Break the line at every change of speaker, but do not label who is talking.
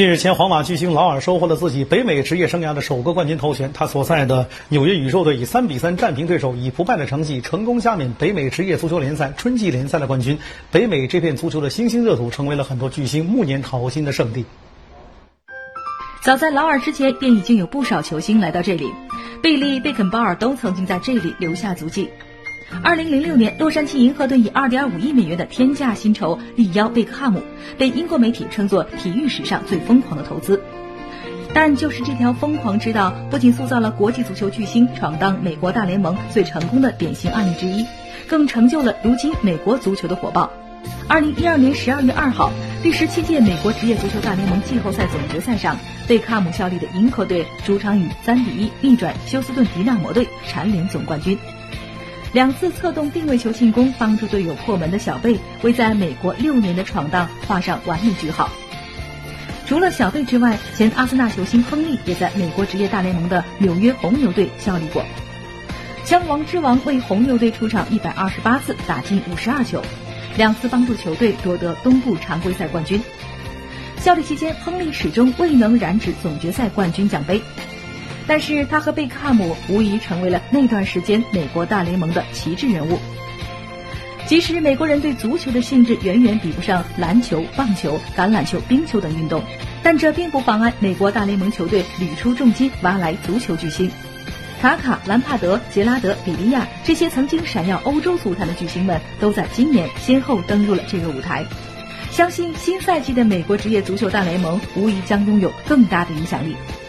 近日前，皇马巨星劳尔收获了自己北美职业生涯的首个冠军头衔。他所在的纽约宇宙队以3-3战平对手，以不败的成绩成功加冕北美职业足球联赛春季联赛的冠军。北美这片足球的新兴热土，成为了很多巨星暮年讨薪的圣地。
早在劳尔之前，便已经有不少球星来到这里，贝利、贝肯鲍尔都曾经在这里留下足迹。2006年，洛杉矶银河队以2.5亿美元的天价薪酬力邀贝克汉姆，被英国媒体称作体育史上最疯狂的投资。但就是这条疯狂之道，不仅塑造了国际足球巨星闯荡美国大联盟最成功的典型案例之一，更成就了如今美国足球的火爆。2012年12月2号，第17届美国职业足球大联盟季后赛总决赛上，贝克汉姆效力的银河队主场以3-1逆转休斯顿迪纳摩队，蝉联总冠军。2次策动定位球进攻，帮助队友破门的小贝，为在美国6年的闯荡画上完美句号。除了小贝之外，前阿森纳球星亨利也在美国职业大联盟的纽约红牛队效力过。枪王之王为红牛队出场128次，打进52球，2次帮助球队夺得东部常规赛冠军。效力期间，亨利始终未能染指总决赛冠军奖杯。但是他和贝克汉姆无疑成为了那段时间美国大联盟的旗帜人物。即使美国人对足球的兴致远远比不上篮球、棒球、橄榄球、冰球等运动，但这并不妨碍美国大联盟球队屡出重金挖来足球巨星。卡卡、兰帕德、杰拉德、比利亚这些曾经闪耀欧洲足坛的巨星们，都在今年先后登入了这个舞台。相信新赛季的美国职业足球大联盟无疑将拥有更大的影响力。